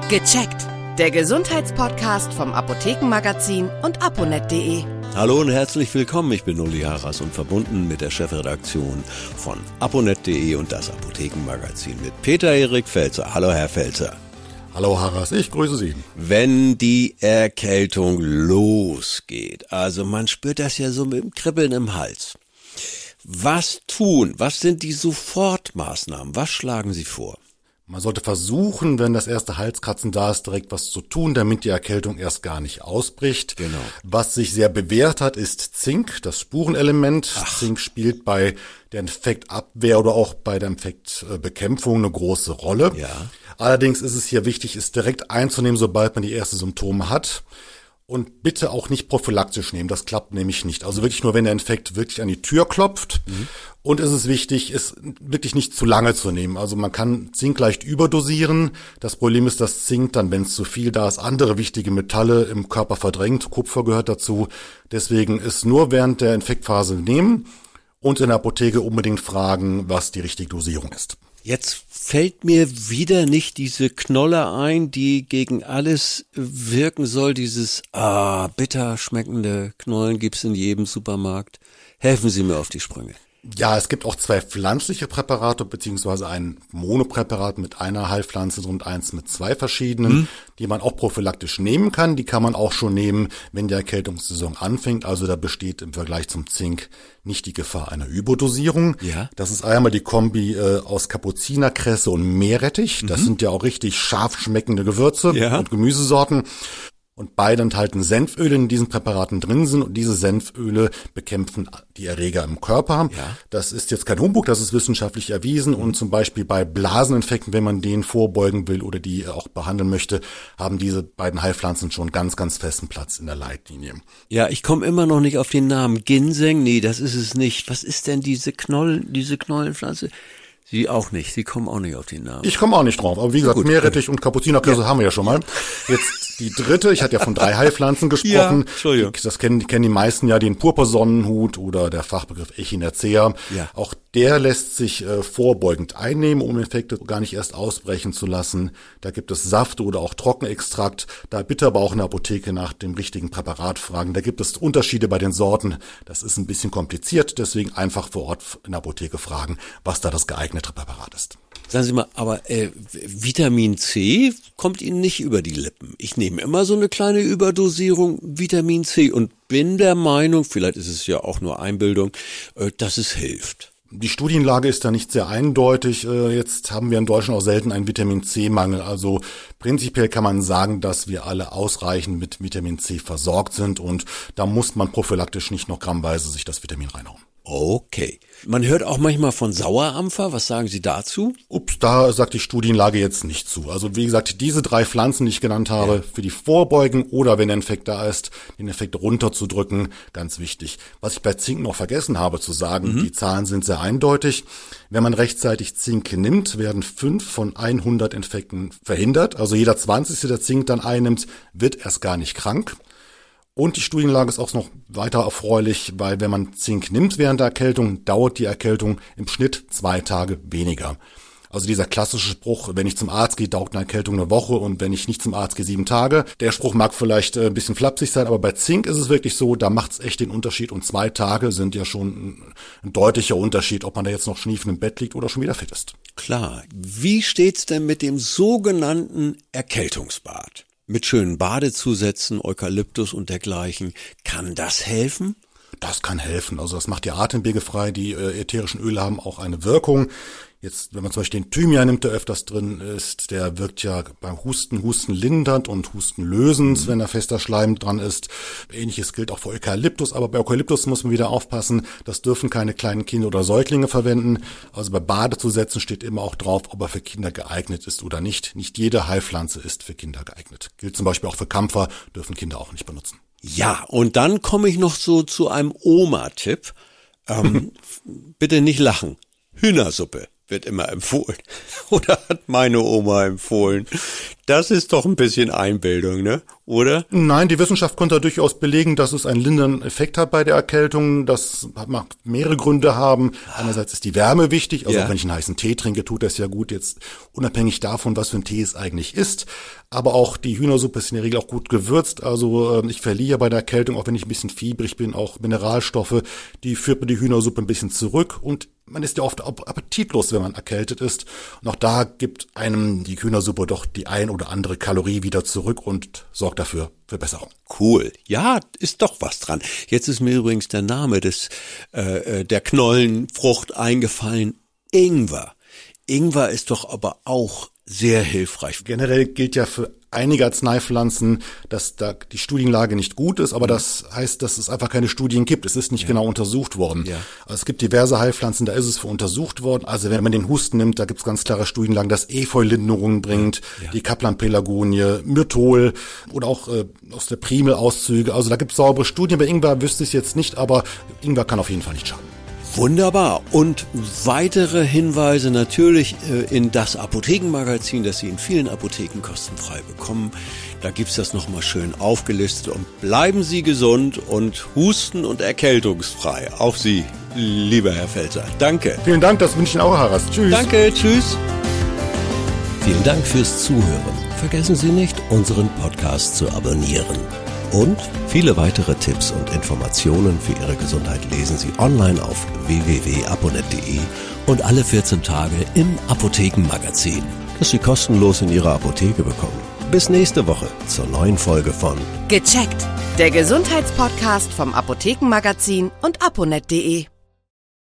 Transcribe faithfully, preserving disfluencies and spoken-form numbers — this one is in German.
Gecheckt. Der Gesundheitspodcast vom Apothekenmagazin und aponet punkt de. Hallo und herzlich willkommen, ich bin Uli Harras und verbunden mit der Chefredaktion von aponet punkt de und das Apothekenmagazin mit Peter-Erik Felzer. Hallo Herr Felzer. Hallo Harras, ich grüße Sie. Wenn die Erkältung losgeht, also man spürt das ja so mit dem Kribbeln im Hals. Was tun? Was sind die Sofortmaßnahmen? Was schlagen Sie vor? Man sollte versuchen, wenn das erste Halskratzen da ist, direkt was zu tun, damit die Erkältung erst gar nicht ausbricht. Genau. Was sich sehr bewährt hat, ist Zink, das Spurenelement. Ach. Zink spielt bei der Infektabwehr oder auch bei der Infektbekämpfung eine große Rolle. Ja. Allerdings ist es hier wichtig, es direkt einzunehmen, sobald man die ersten Symptome hat. Und bitte auch nicht prophylaktisch nehmen, das klappt nämlich nicht. Also wirklich nur, wenn der Infekt wirklich an die Tür klopft. Mhm. Und es ist wichtig, es wirklich nicht zu lange zu nehmen. Also man kann Zink leicht überdosieren. Das Problem ist, dass Zink dann, wenn es zu viel da ist, andere wichtige Metalle im Körper verdrängt. Kupfer gehört dazu. Deswegen ist nur während der Infektphase nehmen und in der Apotheke unbedingt fragen, was die richtige Dosierung ist. Jetzt fällt mir wieder nicht diese Knolle ein, die gegen alles wirken soll. Dieses ah, bitter schmeckende Knollen gibt's in jedem Supermarkt. Helfen Sie mir auf die Sprünge. Ja, es gibt auch zwei pflanzliche Präparate, beziehungsweise ein Monopräparat mit einer Heilpflanze und eins mit zwei verschiedenen, mhm. die man auch prophylaktisch nehmen kann. Die kann man auch schon nehmen, wenn die Erkältungssaison anfängt. Also da besteht im Vergleich zum Zink nicht die Gefahr einer Überdosierung. Ja. Das ist einmal die Kombi äh, aus Kapuzinerkresse und Meerrettich. Das mhm. sind ja auch richtig scharf schmeckende Gewürze ja. und Gemüsesorten. Und beide enthalten Senföle, in diesen Präparaten drin sind. Und diese Senföle bekämpfen die Erreger im Körper. Ja. Das ist jetzt kein Humbug, das ist wissenschaftlich erwiesen. Und zum Beispiel bei Blaseninfekten, wenn man denen vorbeugen will oder die auch behandeln möchte, haben diese beiden Heilpflanzen schon ganz, ganz festen Platz in der Leitlinie. Ja, ich komme immer noch nicht auf den Namen. Ginseng? Nee, das ist es nicht. Was ist denn diese Knollen, diese Knollenpflanze? Sie auch nicht. Sie kommen auch nicht auf den Namen. Ich komme auch nicht drauf. Aber wie gesagt, Gut. Meerrettich und Kapuzinerkresse ja. haben wir ja schon mal. Jetzt die dritte. Ich hatte ja von drei Heilpflanzen gesprochen. Ja, Entschuldigung. Das kennen, kennen die meisten ja, den Purpursonnenhut oder der Fachbegriff Echinacea. Ja. Auch der lässt sich äh, vorbeugend einnehmen, um Infekte gar nicht erst ausbrechen zu lassen. Da gibt es Saft oder auch Trockenextrakt. Da bitte aber auch in der Apotheke nach dem richtigen Präparat fragen. Da gibt es Unterschiede bei den Sorten. Das ist ein bisschen kompliziert. Deswegen einfach vor Ort in der Apotheke fragen, was da das geeignete Präparat ist. Sagen Sie mal, aber äh, Vitamin C kommt Ihnen nicht über die Lippen. Ich nehme immer so eine kleine Überdosierung Vitamin C und bin der Meinung, vielleicht ist es ja auch nur Einbildung, äh, dass es hilft. Die Studienlage ist da nicht sehr eindeutig. Jetzt haben wir in Deutschland auch selten einen Vitamin-C-Mangel. Also prinzipiell kann man sagen, dass wir alle ausreichend mit Vitamin C versorgt sind und da muss man prophylaktisch nicht noch grammweise sich das Vitamin reinhauen. Okay. Man hört auch manchmal von Sauerampfer. Was sagen Sie dazu? Ups, da sagt die Studienlage jetzt nicht zu. Also wie gesagt, diese drei Pflanzen, die ich genannt habe, ja. für die Vorbeugen oder wenn der Infekt da ist, den Infekt runterzudrücken, ganz wichtig. Was ich bei Zink noch vergessen habe zu sagen, mhm. die Zahlen sind sehr eindeutig. Wenn man rechtzeitig Zink nimmt, werden fünf von hundert Infekten verhindert. Also jeder zwanzigste, der Zink dann einnimmt, wird erst gar nicht krank. Und die Studienlage ist auch noch weiter erfreulich, weil wenn man Zink nimmt während der Erkältung, dauert die Erkältung im Schnitt zwei Tage weniger. Also dieser klassische Spruch, wenn ich zum Arzt gehe, dauert eine Erkältung eine Woche und wenn ich nicht zum Arzt gehe, sieben Tage. Der Spruch mag vielleicht ein bisschen flapsig sein, aber bei Zink ist es wirklich so, da macht es echt den Unterschied und zwei Tage sind ja schon ein deutlicher Unterschied, ob man da jetzt noch schniefend im Bett liegt oder schon wieder fit ist. Klar. Wie steht's denn mit dem sogenannten Erkältungsbad? Mit schönen Badezusätzen, Eukalyptus und dergleichen. Kann das helfen? Das kann helfen. Also das macht die Atemwege frei. Die äh, ätherischen Öle haben auch eine Wirkung. Jetzt, wenn man zum Beispiel den Thymian nimmt, der öfters drin ist, der wirkt ja beim Husten, Husten lindernd und Husten lösend, mhm. wenn da fester Schleim dran ist. Ähnliches gilt auch für Eukalyptus, aber bei Eukalyptus muss man wieder aufpassen, das dürfen keine kleinen Kinder oder Säuglinge verwenden. Also bei Badezusätzen steht immer auch drauf, ob er für Kinder geeignet ist oder nicht. Nicht jede Heilpflanze ist für Kinder geeignet. Gilt zum Beispiel auch für Kampfer, dürfen Kinder auch nicht benutzen. Ja, und dann komme ich noch so zu einem Oma-Tipp. Ähm, bitte nicht lachen. Hühnersuppe. wird immer empfohlen. Oder hat meine Oma empfohlen. Das ist doch ein bisschen Einbildung, ne? Oder? Nein, die Wissenschaft konnte durchaus belegen, dass es einen lindernden Effekt hat bei der Erkältung. Das mag mehrere Gründe haben. Einerseits ist die Wärme wichtig. Also ja. auch wenn ich einen heißen Tee trinke, tut das ja gut. Jetzt unabhängig davon, was für ein Tee es eigentlich ist. Aber auch die Hühnersuppe ist in der Regel auch gut gewürzt. Also ich verliere bei der Erkältung, auch wenn ich ein bisschen fiebrig bin, auch Mineralstoffe. Die führt mir die Hühnersuppe ein bisschen zurück. Und man ist ja oft appetitlos, wenn man erkältet ist. Und auch da gibt einem die Hühnersuppe doch die ein oder andere Kalorie wieder zurück und sorgt dafür für Besserung. Cool. Ja, ist doch was dran. Jetzt ist mir übrigens der Name des äh, der Knollenfrucht eingefallen. Ingwer. Ingwer ist doch aber auch sehr hilfreich. Generell gilt ja für einige Arzneipflanzen, dass da die Studienlage nicht gut ist, aber das heißt, dass es einfach keine Studien gibt. Es ist nicht ja. genau untersucht worden. Ja. Also es gibt diverse Heilpflanzen, da ist es für untersucht worden. Also wenn man den Husten nimmt, da gibt es ganz klare Studienlagen, dass Efeu-Linderung bringt, ja. die Kaplan-Pelargonie, Myrtol oder auch äh, aus der Primel-Auszüge. Also da gibt es saubere Studien. Bei Ingwer wüsste ich es jetzt nicht, aber Ingwer kann auf jeden Fall nicht schaden. Wunderbar. Und weitere Hinweise natürlich äh, in das Apothekenmagazin, das Sie in vielen Apotheken kostenfrei bekommen. Da gibt's das nochmal schön aufgelistet. Und bleiben Sie gesund und husten- und erkältungsfrei. Auch Sie, lieber Herr Felser. Danke. Vielen Dank, das wünsche ich Ihnen auch, Herr Rast. Tschüss. Danke, tschüss. Vielen Dank fürs Zuhören. Vergessen Sie nicht, unseren Podcast zu abonnieren. Und viele weitere Tipps und Informationen für Ihre Gesundheit lesen Sie online auf w w w punkt aponet punkt de und alle vierzehn Tage im Apothekenmagazin, das Sie kostenlos in Ihrer Apotheke bekommen. Bis nächste Woche zur neuen Folge von Gecheckt, der Gesundheitspodcast vom Apothekenmagazin und aponet punkt de.